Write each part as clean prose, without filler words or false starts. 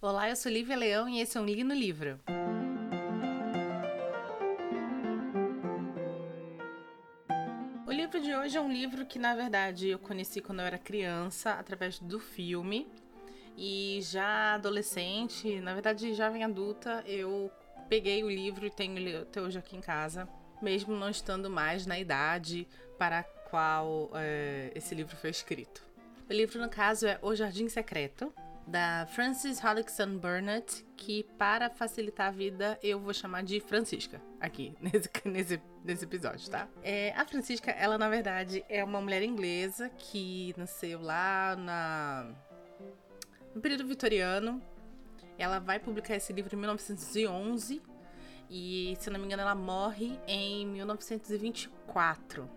Olá, eu sou Lívia Leão e esse é um Li no Livro. O livro de hoje é um livro que, na verdade, eu conheci quando eu era criança, através do filme. E já adolescente, na verdade, jovem adulta, eu peguei o livro e tenho ele até hoje aqui em casa, mesmo não estando mais na idade para a qual esse livro foi escrito. O livro, no caso, é O Jardim Secreto, da Frances Hodgson Burnett, que, para facilitar a vida, eu vou chamar de Francisca aqui nesse episódio, tá? A Francisca, ela, na verdade, é uma mulher inglesa que nasceu lá no período vitoriano. Ela vai publicar esse livro em 1911 e, se não me engano, ela morre em 1924.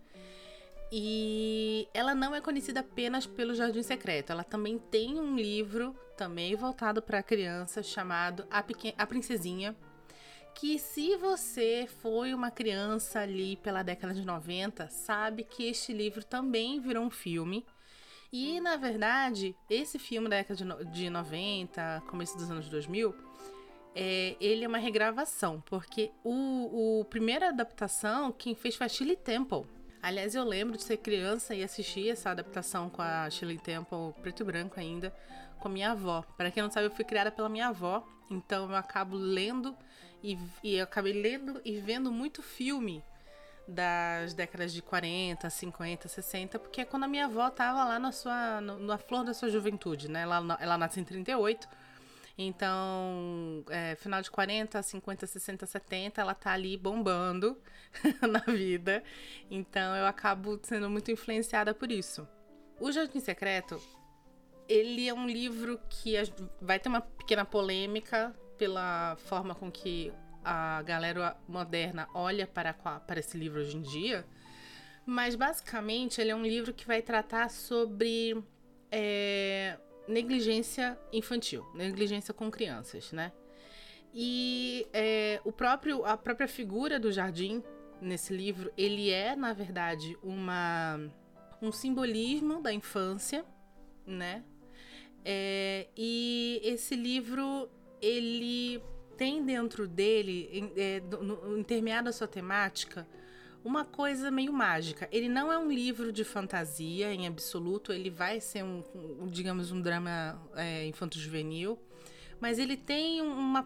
E ela não é conhecida apenas pelo Jardim Secreto. Ela também tem um livro, também voltado para criança, chamado A Princesinha, que, se você foi uma criança ali pela década de 90, sabe que este livro também virou um filme. E, na verdade, esse filme da década de 90, começo dos anos 2000, ele é uma regravação, porque a primeira adaptação, quem fez foi a Shirley Temple. Aliás, eu lembro de ser criança e assistir essa adaptação com a Shirley Temple, preto e branco ainda, com a minha avó. Para quem não sabe, eu fui criada pela minha avó, então eu acabo lendo e eu acabei lendo e vendo muito filme das décadas de 40, 50, 60, porque é quando a minha avó tava lá na flor da sua juventude, né? Ela nasce em 38, então, final de 40, 50, 60, 70, ela tá ali bombando na vida. Então, eu acabo sendo muito influenciada por isso. O Jardim Secreto, ele é um livro que vai ter uma pequena polêmica pela forma com que a galera moderna olha para esse livro hoje em dia. Mas, basicamente, ele é um livro que vai tratar sobre negligência infantil, negligência com crianças, né? E a própria figura do jardim nesse livro, ele é, na verdade, um simbolismo da infância, né? E esse livro, ele tem dentro dele, intermeado a sua temática, uma coisa meio mágica. Ele não é um livro de fantasia em absoluto, ele vai ser digamos, um drama infanto-juvenil, mas ele tem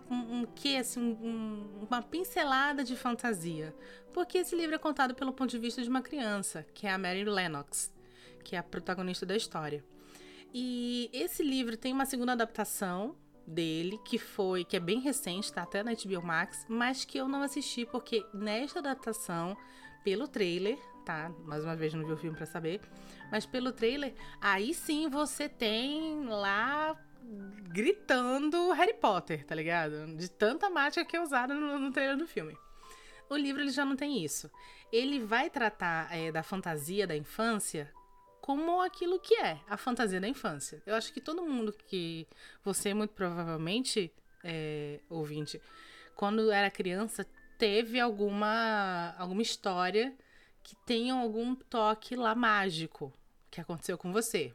uma pincelada de fantasia, porque esse livro é contado pelo ponto de vista de uma criança, que é a Mary Lennox, que é a protagonista da história. E esse livro tem uma segunda adaptação dele, que é bem recente, tá até na HBO Max, mas que eu não assisti, porque nesta adaptação, pelo trailer, tá? Mais uma vez, não vi o filme pra saber, mas pelo trailer, aí sim você tem lá gritando Harry Potter, tá ligado? De tanta mágica que é usada no trailer do filme. O livro, ele já não tem isso. Ele vai tratar da fantasia da infância como aquilo que é a fantasia da infância. Eu acho que todo mundo que você, muito provavelmente, ouvinte, quando era criança, teve alguma história que tenha algum toque lá mágico que aconteceu com você.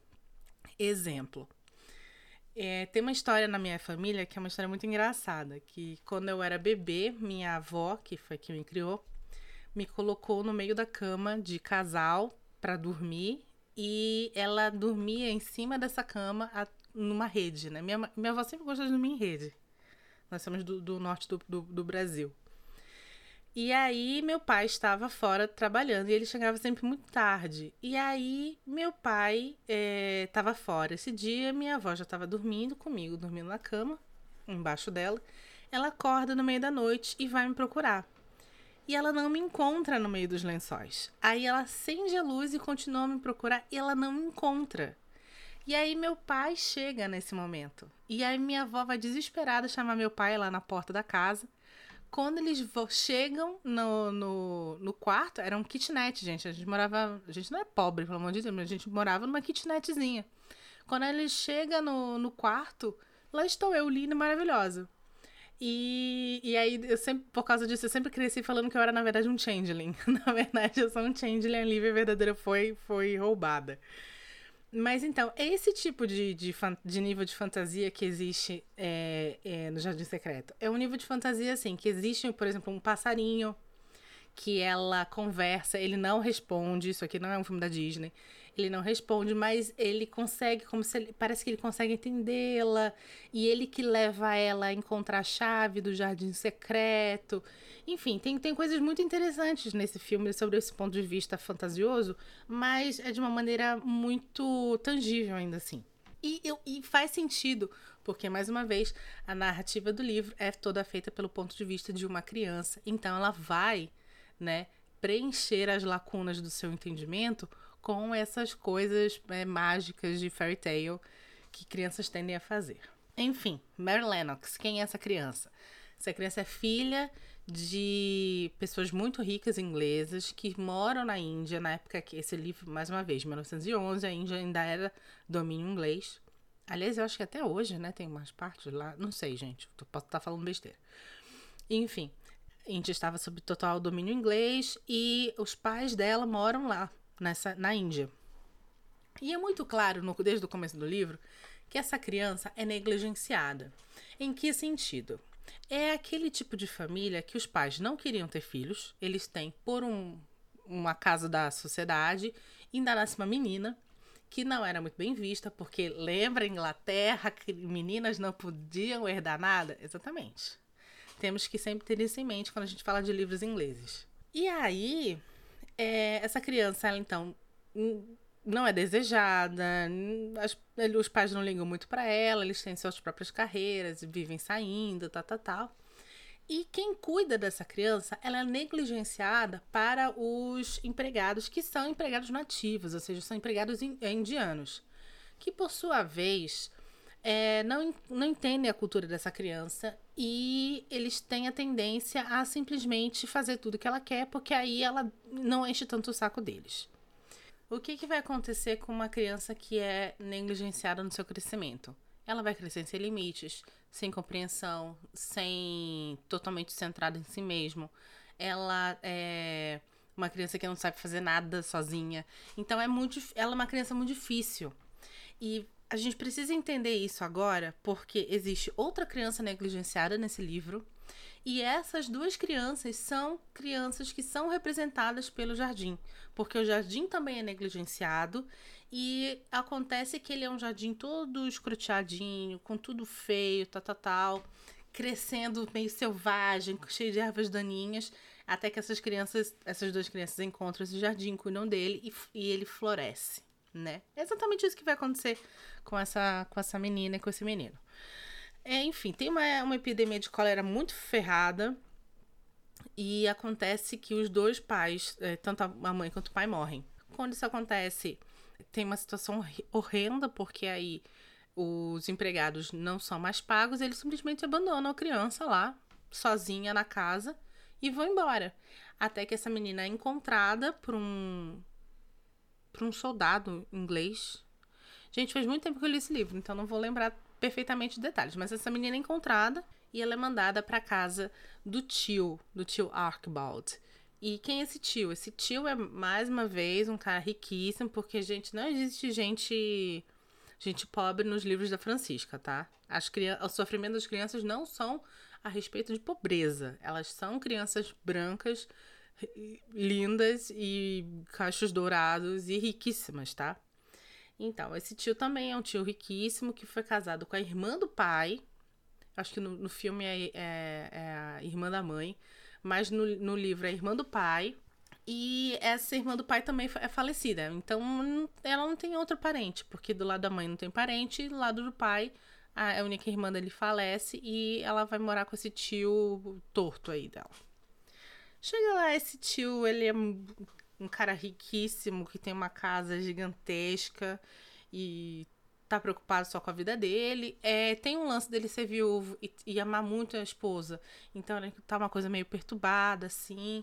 Exemplo. Tem uma história na minha família que é uma história muito engraçada, que quando eu era bebê, minha avó, que foi quem me criou, me colocou no meio da cama de casal para dormir, e ela dormia em cima dessa cama numa rede, né? Minha avó sempre gostou de dormir em rede. Nós somos do norte do Brasil. E aí meu pai estava fora trabalhando e ele chegava sempre muito tarde. E aí meu pai estava fora. Esse dia minha avó já estava dormindo comigo, dormindo na cama, embaixo dela. Ela acorda no meio da noite e vai me procurar. E ela não me encontra no meio dos lençóis. Aí ela acende a luz e continua a me procurar e ela não me encontra. E aí meu pai chega nesse momento. E aí minha avó vai desesperada chamar meu pai lá na porta da casa. Quando eles chegam no quarto, era um kitnet, gente. A gente não é pobre, pelo amor de Deus, mas a gente morava numa kitnetzinha. Quando eles chegam no quarto, lá estou eu, linda e maravilhosa. E aí, por causa disso, eu sempre cresci falando que eu era, na verdade, um changeling. Na verdade, eu sou um changeling, a Lívia verdadeira foi roubada. Mas então, é esse tipo de nível de fantasia que existe no Jardim Secreto. É um nível de fantasia, assim, que existe, por exemplo, um passarinho que ela conversa, ele não responde, isso aqui não é um filme da Disney, ele não responde, mas ele consegue, parece que ele consegue entendê-la, e ele que leva ela a encontrar a chave do Jardim Secreto. Enfim, tem coisas muito interessantes nesse filme sobre esse ponto de vista fantasioso, mas é de uma maneira muito tangível ainda assim. E faz sentido, porque, mais uma vez, a narrativa do livro é toda feita pelo ponto de vista de uma criança. Então, ela vai, né, preencher as lacunas do seu entendimento com essas coisas mágicas de fairy tale que crianças tendem a fazer. Enfim, Mary Lennox, quem é essa criança? Essa criança é filha de pessoas muito ricas inglesas que moram na Índia, na época que esse livro, mais uma vez, 1911, a Índia ainda era domínio inglês. Aliás, eu acho que até hoje, né, tem umas partes lá, não sei, gente, posso estar falando besteira. Enfim, a Índia estava sob total domínio inglês e os pais dela moram lá, na Índia. E é muito claro, desde o começo do livro, que essa criança é negligenciada. Em que sentido? É aquele tipo de família que os pais não queriam ter filhos, eles têm por um acaso da sociedade, ainda nasce uma menina, que não era muito bem vista, porque lembra a Inglaterra que meninas não podiam herdar nada? Exatamente. Temos que sempre ter isso em mente quando a gente fala de livros ingleses. E aí, essa criança, ela então não é desejada, os pais não ligam muito para ela, eles têm suas próprias carreiras, vivem saindo, tal. E quem cuida dessa criança, ela é negligenciada para os empregados que são empregados nativos, ou seja, são empregados indianos, que por sua vez não entendem a cultura dessa criança e eles têm a tendência a simplesmente fazer tudo que ela quer, porque aí ela não enche tanto o saco deles. O que vai acontecer com uma criança que é negligenciada no seu crescimento? Ela vai crescer sem limites, sem compreensão, totalmente centrada em si mesmo. Ela é uma criança que não sabe fazer nada sozinha. Então ela é uma criança muito difícil. E a gente precisa entender isso agora, porque existe outra criança negligenciada nesse livro. E essas duas crianças são crianças que são representadas pelo jardim, porque o jardim também é negligenciado e acontece que ele é um jardim todo escroteadinho, com tudo feio, tal, crescendo meio selvagem, cheio de ervas daninhas, até que essas duas crianças encontram esse jardim, cuidam dele e ele floresce, né? É exatamente isso que vai acontecer com essa menina e com esse menino. Enfim, tem uma epidemia de cólera muito ferrada e acontece que os dois pais, tanto a mãe quanto o pai, morrem. Quando isso acontece, tem uma situação horrenda, porque aí os empregados não são mais pagos, eles simplesmente abandonam a criança lá, sozinha na casa, e vão embora. Até que essa menina é encontrada por um soldado inglês. Gente, faz muito tempo que eu li esse livro, então não vou lembrar perfeitamente de detalhes, mas essa menina é encontrada e ela é mandada para casa do tio Archibald. E quem é esse tio? Esse tio é, mais uma vez, um cara riquíssimo, porque, gente, não existe gente pobre nos livros da Francisca, tá? O sofrimento das crianças não são a respeito de pobreza. Elas são crianças brancas, lindas e cachos dourados e riquíssimas, tá? Então, esse tio também é um tio riquíssimo que foi casado com a irmã do pai. Acho que no filme é a irmã da mãe, mas no livro é a irmã do pai. E essa irmã do pai também é falecida. Então, ela não tem outro parente, porque do lado da mãe não tem parente, e do lado do pai, a única irmã dele falece e ela vai morar com esse tio torto aí dela. Chega lá, esse tio, ele é um cara riquíssimo, que tem uma casa gigantesca e tá preocupado só com a vida dele. Tem um lance dele ser viúvo e amar muito a esposa. Então ele tá uma coisa meio perturbada, assim.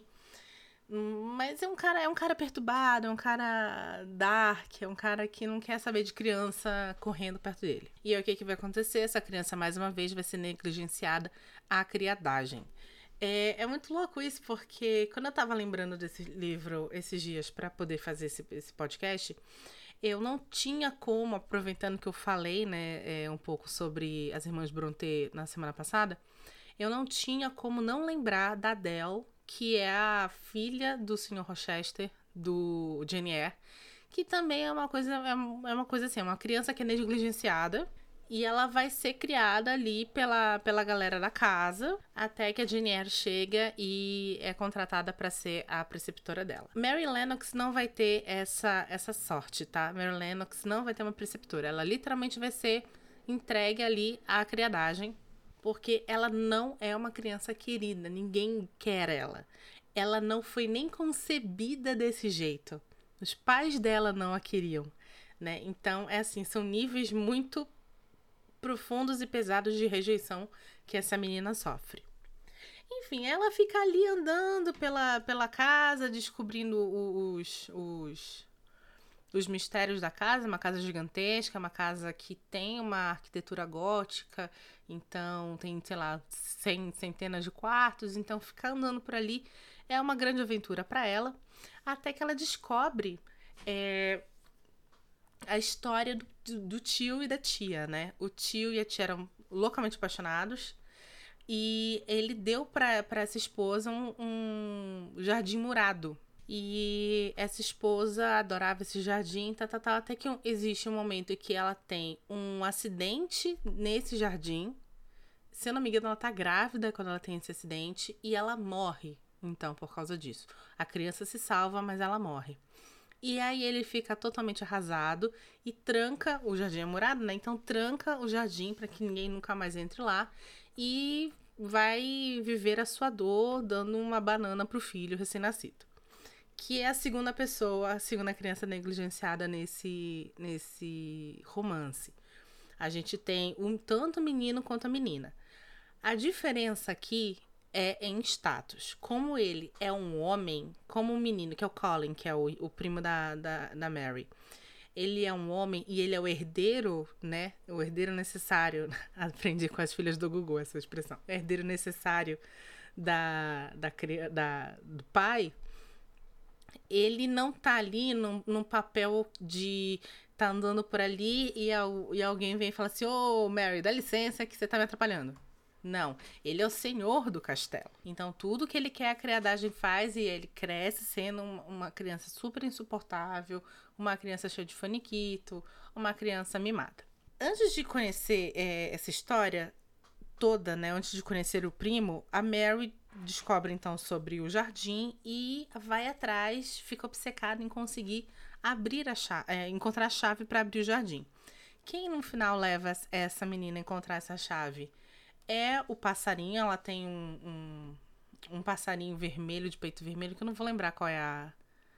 Mas é um cara perturbado, é um cara dark, é um cara que não quer saber de criança correndo perto dele. E aí o que vai acontecer? Essa criança, mais uma vez, vai ser negligenciada à criadagem. É muito louco isso, porque quando eu tava lembrando desse livro esses dias para poder fazer esse podcast, Eu não tinha como, aproveitando que eu falei, né, um pouco sobre as irmãs Brontë na semana passada, eu não tinha como não lembrar da Adele, que é a filha do Sr. Rochester, do Jane Eyre, que também é uma coisa, é uma coisa assim, é uma criança que é negligenciada, e ela vai ser criada ali pela galera da casa, até que a Jane Eyre chega e é contratada para ser a preceptora dela. Mary Lennox não vai ter essa sorte, tá? Mary Lennox não vai ter uma preceptora. Ela literalmente vai ser entregue ali à criadagem, porque ela não é uma criança querida, ninguém quer ela. Ela não foi nem concebida desse jeito. Os pais dela não a queriam, né? Então, é assim, são níveis muito profundos e pesados de rejeição que essa menina sofre. Enfim, ela fica ali andando pela casa, descobrindo os mistérios da casa. Uma casa gigantesca, uma casa que tem uma arquitetura gótica, então tem, sei lá, centenas de quartos. Então, ficar andando por ali é uma grande aventura para ela, até que ela descobre a história do tio e da tia, né? O tio e a tia eram loucamente apaixonados e ele deu pra essa esposa um jardim murado. E essa esposa adorava esse jardim, até que existe um momento em que ela tem um acidente nesse jardim. Se eu não me engano, ela tá grávida quando ela tem esse acidente e ela morre, então, por causa disso. A criança se salva, mas ela morre. E aí ele fica totalmente arrasado e tranca, o jardim é murado, né? Então tranca o jardim para que ninguém nunca mais entre lá e vai viver a sua dor dando uma banana pro filho recém-nascido. Que é a segunda pessoa, a segunda criança negligenciada nesse romance. A gente tem tanto o menino quanto a menina. A diferença aqui é em status. Como ele é um homem, como o menino, que é o Colin, que é o primo da Mary, ele é um homem e ele é o herdeiro, né? O herdeiro necessário. Aprendi com as filhas do Google essa expressão. Herdeiro necessário do pai. Ele não tá ali num papel de tá andando por ali e alguém vem e fala assim: ô, Mary, dá licença que você tá me atrapalhando. Não, ele é o senhor do castelo. Então, tudo que ele quer, a criadagem faz e ele cresce sendo uma criança super insuportável, uma criança cheia de faniquito, uma criança mimada. Antes de conhecer essa história toda, né, antes de conhecer o primo, a Mary descobre então sobre o jardim e vai atrás, fica obcecada em conseguir abrir encontrar a chave para abrir o jardim. Quem no final leva essa menina a encontrar essa chave é o passarinho. Ela tem um passarinho vermelho, de peito vermelho, que eu não vou lembrar qual é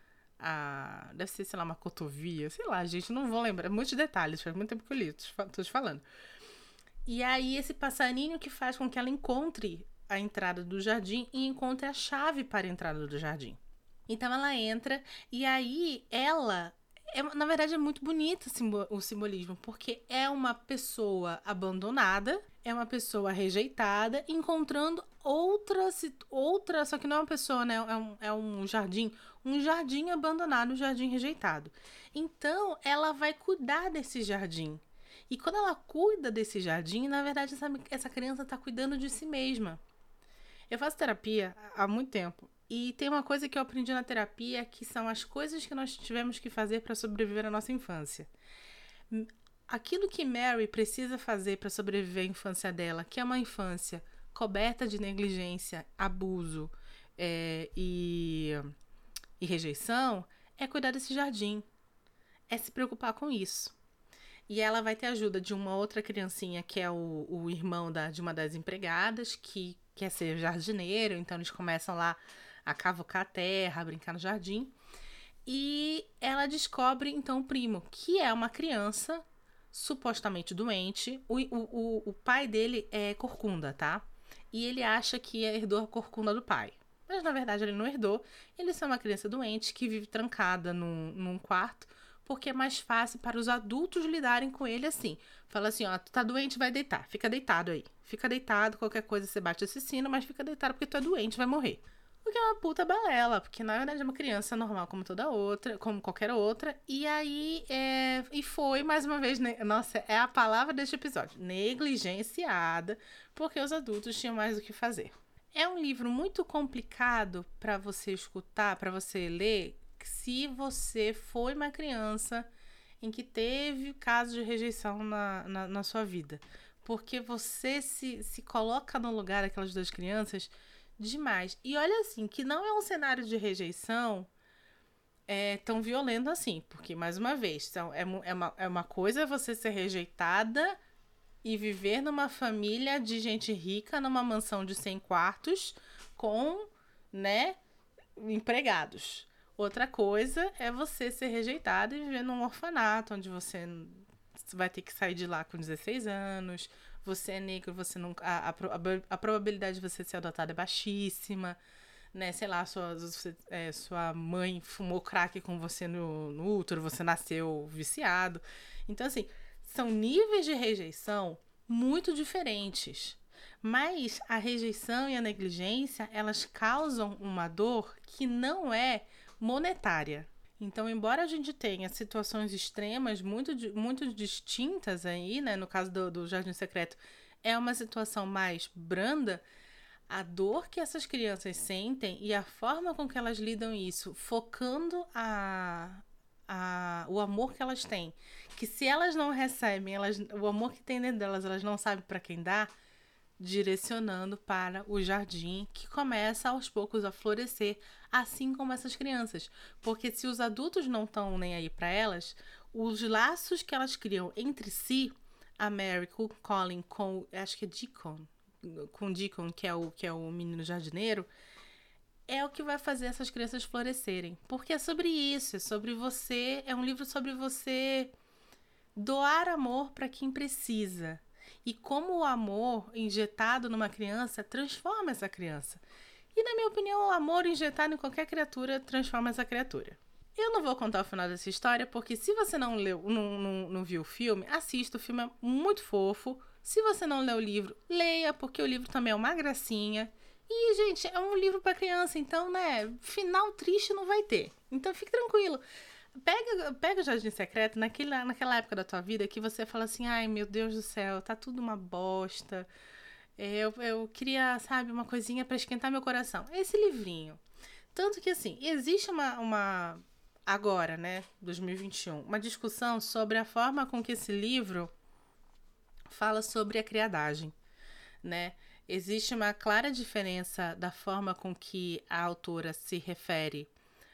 deve ser, sei lá, uma cotovia. Sei lá, gente, não vou lembrar. Muitos detalhes, faz muito tempo que eu li, tô te falando. E aí, esse passarinho que faz com que ela encontre a entrada do jardim e encontre a chave para a entrada do jardim. Então, ela entra e aí ela... na verdade, é muito bonito o simbolismo, porque é uma pessoa abandonada, é uma pessoa rejeitada, encontrando outra, só que não é uma pessoa, né? É um jardim abandonado, um jardim rejeitado. Então, ela vai cuidar desse jardim. E quando ela cuida desse jardim, na verdade, essa criança está cuidando de si mesma. Eu faço terapia há muito tempo. E tem uma coisa que eu aprendi na terapia, que são as coisas que nós tivemos que fazer para sobreviver à nossa infância. Aquilo que Mary precisa fazer para sobreviver à infância dela, que é uma infância coberta de negligência, abuso e rejeição, é cuidar desse jardim. É se preocupar com isso. E ela vai ter ajuda de uma outra criancinha, que é o irmão de uma das empregadas, que quer ser jardineiro. Então, eles começam lá a cavucar a terra, a brincar no jardim. E ela descobre, então, o primo, que é uma criança supostamente doente. O pai dele é corcunda, tá? E ele acha que herdou a corcunda do pai. Mas, na verdade, ele não herdou. Ele é uma criança doente que vive trancada num quarto, porque é mais fácil para os adultos lidarem com ele assim. Fala assim, ó, tu tá doente, vai deitar. Fica deitado aí. Fica deitado, qualquer coisa você bate esse sino, mas fica deitado porque tu é doente, vai morrer. O que é uma puta balela, porque na verdade é uma criança normal como toda outra, como qualquer outra. E aí, e foi, mais uma vez, nossa, é a palavra deste episódio, negligenciada, porque os adultos tinham mais o que fazer. É um livro muito complicado para você escutar, para você ler, se você foi uma criança em que teve casos de rejeição na sua vida. Porque você se coloca no lugar daquelas duas crianças demais. E olha assim, que não é um cenário de rejeição tão violento assim. Porque, mais uma vez, é uma coisa você ser rejeitada e viver numa família de gente rica, numa mansão de 100 quartos, com, né, empregados. Outra coisa é você ser rejeitado e viver num orfanato, onde você vai ter que sair de lá com 16 anos, você é negro, você não, a probabilidade de você ser adotado é baixíssima, né? Sei lá, sua mãe fumou crack com você no útero, você nasceu viciado. Então, assim, são níveis de rejeição muito diferentes. Mas a rejeição e a negligência, elas causam uma dor que não é monetária. Então, embora a gente tenha situações extremas muito distintas aí, né? No caso do Jardim Secreto, é uma situação mais branda, a dor que essas crianças sentem e a forma com que elas lidam isso, focando o amor que elas têm, que se elas não recebem, o amor que tem dentro delas, elas não sabem para quem dar, direcionando para o jardim que começa aos poucos a florescer, assim como essas crianças. Porque se os adultos não estão nem aí para elas, os laços que elas criam entre si, a Mary com o Colin, acho que é Deacon, com Deacon, que é o menino jardineiro, é o que vai fazer essas crianças florescerem. Porque é sobre isso, é sobre você, é um livro sobre você doar amor para quem precisa. E como o amor injetado numa criança transforma essa criança. E, na minha opinião, o amor injetado em qualquer criatura transforma essa criatura. Eu não vou contar o final dessa história, porque se você não viu o filme, assista, o filme é muito fofo. Se você não leu o livro, leia, porque o livro também é uma gracinha. E, gente, é um livro para criança, então, né, final triste não vai ter. Então, fique tranquilo. Pega o Jardim Secreto naquela época da tua vida que você fala assim, ai, meu Deus do céu, tá tudo uma bosta. Eu queria, sabe, uma coisinha para esquentar meu coração. Esse livrinho. Tanto que, assim, existe agora, né, 2021, uma discussão sobre a forma com que esse livro fala sobre a criadagem, né? Existe uma clara diferença da forma com que a autora se refere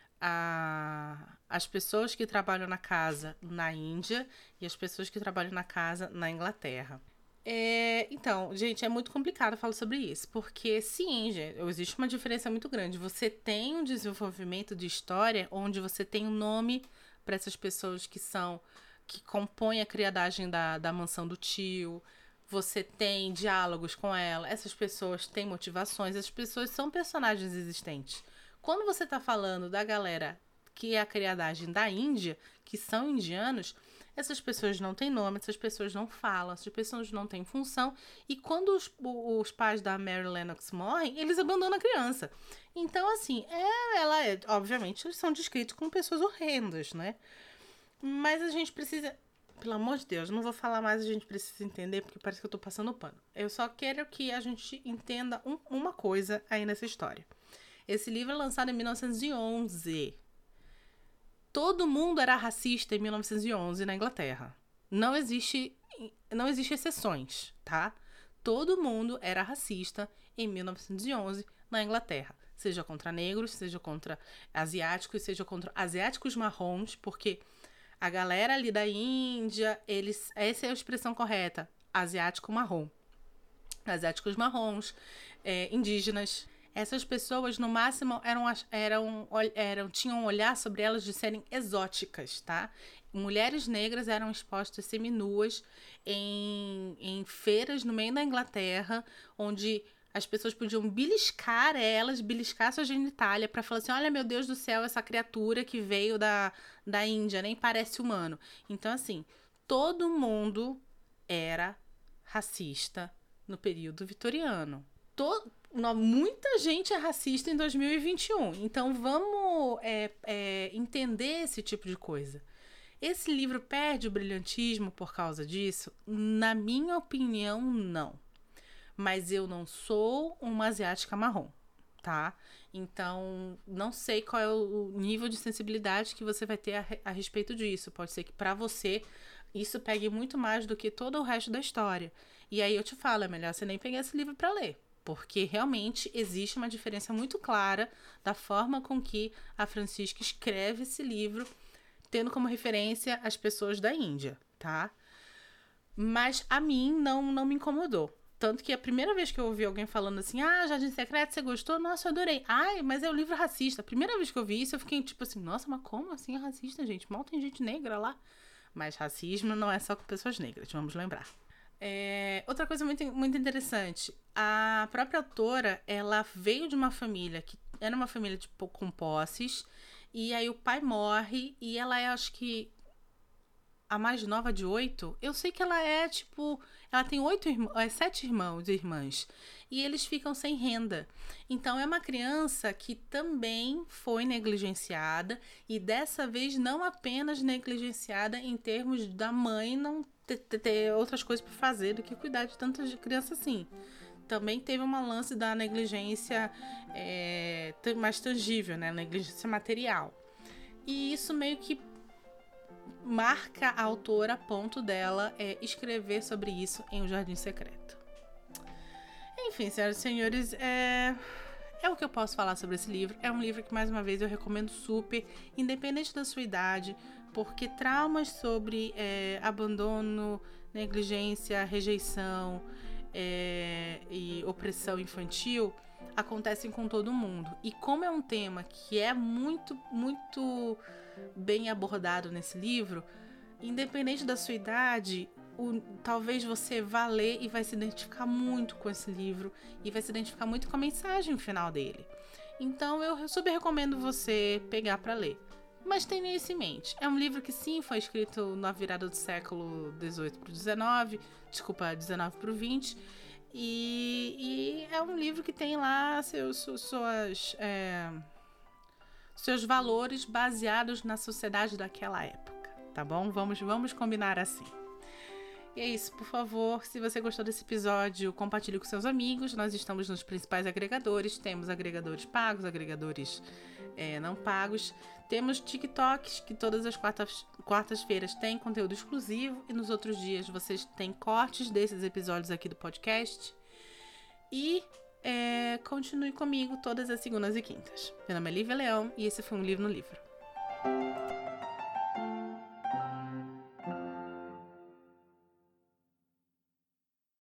as pessoas que trabalham na casa na Índia e as pessoas que trabalham na casa na Inglaterra. Então, gente, é muito complicado falar sobre isso, porque sim, existe uma diferença muito grande. Você tem um desenvolvimento de história onde você tem um nome para essas pessoas que compõem a criadagem da mansão do tio. Você tem diálogos com ela, essas pessoas têm motivações, essas pessoas são personagens existentes. Quando você tá falando da galera que é a criadagem da Índia, que são indianos, essas pessoas não têm nome, essas pessoas não falam, essas pessoas não têm função. E quando os pais da Mary Lennox morrem, eles abandonam a criança. Então, assim, obviamente, eles são descritos como pessoas horrendas, né? Mas a gente precisa... Pelo amor de Deus, não vou falar mais, a gente precisa entender, porque parece que eu tô passando pano. Eu só quero que a gente entenda uma coisa aí nessa história. Esse livro é lançado em 1911. Todo mundo era racista em 1911 na Inglaterra. Não existe exceções, tá? Todo mundo era racista em 1911 na Inglaterra. Seja contra negros, seja contra asiáticos, seja contra asiáticos marrons, porque a galera ali da Índia, essa é a expressão correta, asiático marrom. Asiáticos marrons, indígenas. Essas pessoas, no máximo, tinham um olhar sobre elas de serem exóticas, tá? Mulheres negras eram expostas seminuas em feiras no meio da Inglaterra, onde as pessoas podiam beliscar sua genitália para falar assim, olha, meu Deus do céu, essa criatura que veio da Índia, nem parece humano. Então, assim, todo mundo era racista no período vitoriano. muita gente é racista em 2021. Então vamos entender esse tipo de coisa. Esse livro perde o brilhantismo por causa disso? Na minha opinião, não. Mas eu não sou uma asiática marrom, tá? Então, não sei qual é o nível de sensibilidade que você vai ter a respeito disso. Pode ser que pra você isso pegue muito mais do que todo o resto da história. E aí eu te falo, é melhor você nem pegar esse livro pra ler. Porque realmente existe uma diferença muito clara da forma com que a Francisca escreve esse livro, tendo como referência as pessoas da Índia, tá? Mas a mim não me incomodou. Tanto que a primeira vez que eu ouvi alguém falando assim, Jardim Secreto, você gostou? Nossa, eu adorei. Ai, mas é um livro racista. A primeira vez que eu vi isso, eu fiquei tipo assim, nossa, mas como assim é racista, gente? Mal tem gente negra lá. Mas racismo não é só com pessoas negras, vamos lembrar. Outra coisa muito, muito interessante, a própria autora, ela veio de uma família que era uma família tipo, com posses, e aí o pai morre, e ela é, acho que, a mais nova de 8. Eu sei que ela é, tipo, ela tem 7 irmãos e irmãs, e eles ficam sem renda. Então é uma criança que também foi negligenciada, e dessa vez não apenas negligenciada em termos da mãe não ter outras coisas para fazer do que cuidar de tantas crianças assim. Também teve uma lance da negligência mais tangível, né? Negligência material. E isso meio que marca a autora a ponto dela escrever sobre isso em O Jardim Secreto. Enfim, senhoras e senhores, é o que eu posso falar sobre esse livro. É um livro que, mais uma vez, eu recomendo super, independente da sua idade, porque traumas sobre abandono, negligência, rejeição e opressão infantil acontecem com todo mundo. E como é um tema que é muito, muito bem abordado nesse livro, independente da sua idade, talvez você vá ler e vai se identificar muito com esse livro e vai se identificar muito com a mensagem final dele. Então eu super recomendo você pegar para ler. Mas tenha isso em mente. É um livro que sim foi escrito na virada do século XVIII para o XIX, desculpa, XIX para o XX. E é um livro que tem lá seus valores baseados na sociedade daquela época, tá bom? Vamos combinar assim. E é isso, por favor, se você gostou desse episódio, compartilhe com seus amigos. Nós estamos nos principais agregadores, temos agregadores pagos, agregadores não pagos. Temos TikToks, que todas as quartas-feiras tem conteúdo exclusivo, e nos outros dias vocês têm cortes desses episódios aqui do podcast. E continue comigo todas as segundas e quintas. Meu nome é Lívia Leão e esse foi um Livro no Livro.